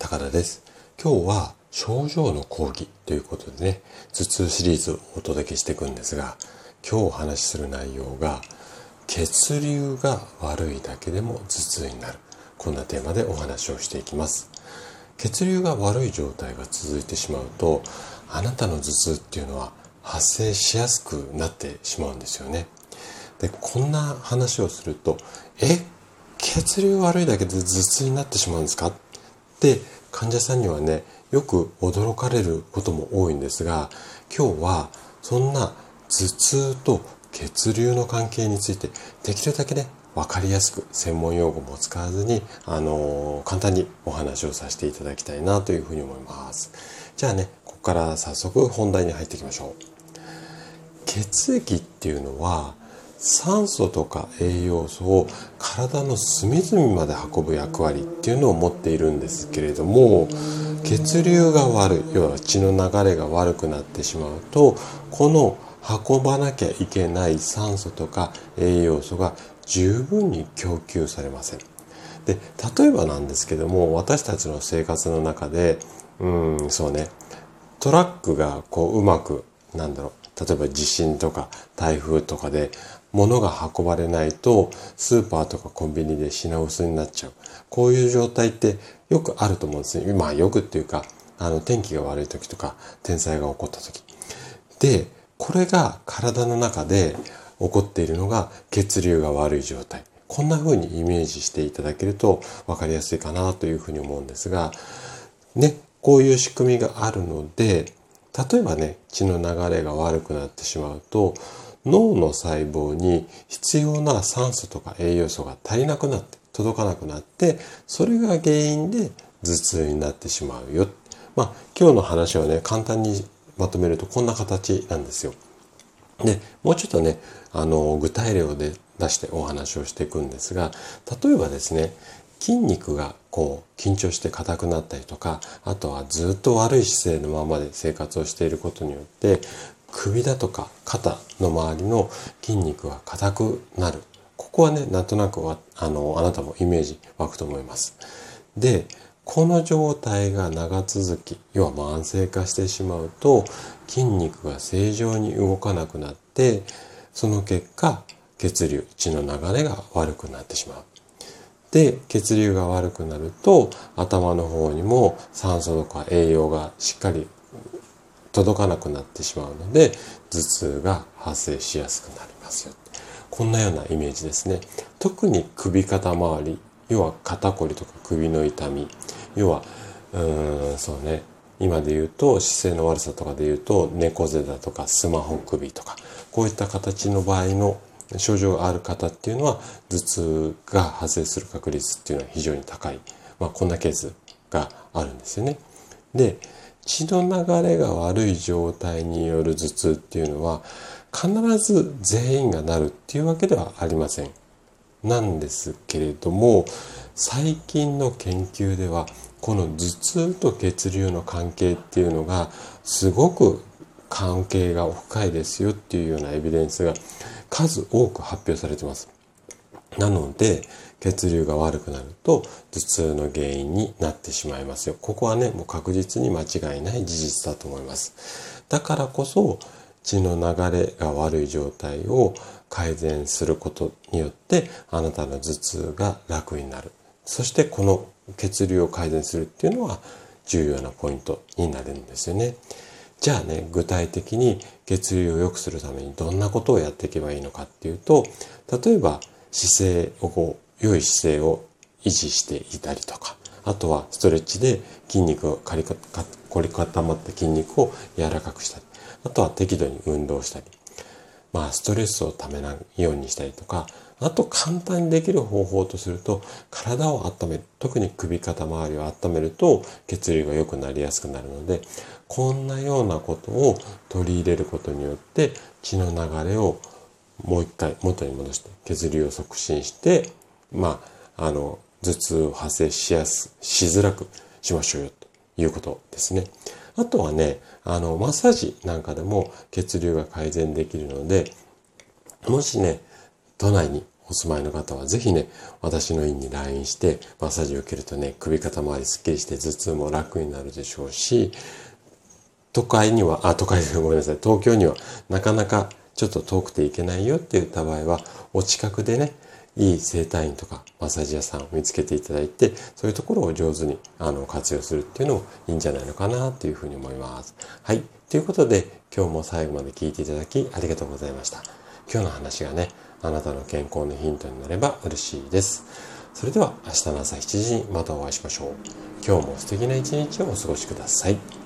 高田です。今日は症状の講義ということでね、頭痛シリーズをお届けしていくんですが、今日お話しする内容が血流が悪いだけでも頭痛になる。こんなテーマでお話をしていきます。血流が悪い状態が続いてしまうと、あなたの頭痛っていうのは発生しやすくなってしまうんですよね。で、こんな話をすると、血流悪いだけで頭痛になってしまうんですかって患者さんにはね、よく驚かれることも多いんですが、今日はそんな頭痛と血流の関係についてできるだけね、分かりやすく専門用語も使わずに、簡単にお話をさせていただきたいなというふうに思います。じゃあね、ここから早速本題に入っていきましょう。血液っていうのは酸素とか栄養素を体の隅々まで運ぶ役割っていうのを持っているんですけれども、血流が悪い、要は血の流れが悪くなってしまうと、この運ばなきゃいけない酸素とか栄養素が十分に供給されません。で、例えばなんですけども、私たちの生活の中で、トラックがうまく、例えば地震とか台風とかで物が運ばれないとスーパーとかコンビニで品薄になっちゃう。こういう状態ってよくあると思うんですね。まあよくっていうか、天気が悪い時とか天災が起こった時。で、これが体の中で起こっているのが血流が悪い状態。こんな風にイメージしていただけると分かりやすいかなというふうに思うんですが、ね、こういう仕組みがあるので、例えばね、血の流れが悪くなってしまうと、脳の細胞に必要な酸素とか栄養素が足りなくなって、届かなくなって、それが原因で頭痛になってしまうよ。今日の話をね、簡単にまとめるとこんな形なんですよ。で、もうちょっとね、具体例で出してお話をしていくんですが、例えばですね、筋肉が緊張して硬くなったりとか、あとはずっと悪い姿勢のままで生活をしていることによって、首だとか肩の周りの筋肉が硬くなる。ここはね、なんとなくあなたもイメージ湧くと思います。で、この状態が長続き、要は慢性化してしまうと、筋肉が正常に動かなくなって、その結果、血流、血の流れが悪くなってしまう。で、血流が悪くなると、頭の方にも酸素とか栄養がしっかり届かなくなってしまうので、頭痛が発生しやすくなりますよ。こんなようなイメージですね。特に首肩周り、要は肩こりとか首の痛み、要は今で言うと姿勢の悪さとかで言うと猫背だとかスマホ首とか、こういった形の場合の症状がある方っていうのは頭痛が発生する確率っていうのは非常に高い。こんなケースがあるんですよね。で、血の流れが悪い状態による頭痛っていうのは必ず全員がなるっていうわけではありません。なんですけれども、最近の研究ではこの頭痛と血流の関係っていうのがすごく関係が深いですよっていうようなエビデンスが数多く発表されています。なので、血流が悪くなると頭痛の原因になってしまいますよ。ここはね、もう確実に間違いない事実だと思います。だからこそ、血の流れが悪い状態を改善することによって、あなたの頭痛が楽になる。そしてこの血流を改善するっていうのは重要なポイントになるんですよね。じゃあね、具体的に血流を良くするためにどんなことをやっていけばいいのかっていうと、例えば良い姿勢を維持していたりとか、あとはストレッチで凝り固まった筋肉を柔らかくしたり、あとは適度に運動したり、ストレスをためないようにしたりとか、あと簡単にできる方法とすると、体を温める。特に首肩周りを温めると血流が良くなりやすくなるので、こんなようなことを取り入れることによって血の流れをもう一回元に戻して血流を促進して、頭痛を発生しづらくしましょうよということですね。あとはね、マッサージなんかでも血流が改善できるので、もしね、都内にお住まいの方はぜひね、私の院に来院してマッサージを受けるとね、首肩周りすっきりして頭痛も楽になるでしょうし、東京にはなかなかちょっと遠くて行けないよって言った場合は、お近くでね、いい整体院とかマッサージ屋さんを見つけていただいて、そういうところを上手に活用するっていうのもいいんじゃないのかなというふうに思います。はい。ということで、今日も最後まで聞いていただきありがとうございました。今日の話がね、あなたの健康のヒントになれば嬉しいです。それでは明日の朝7時にまたお会いしましょう。今日も素敵な一日をお過ごしください。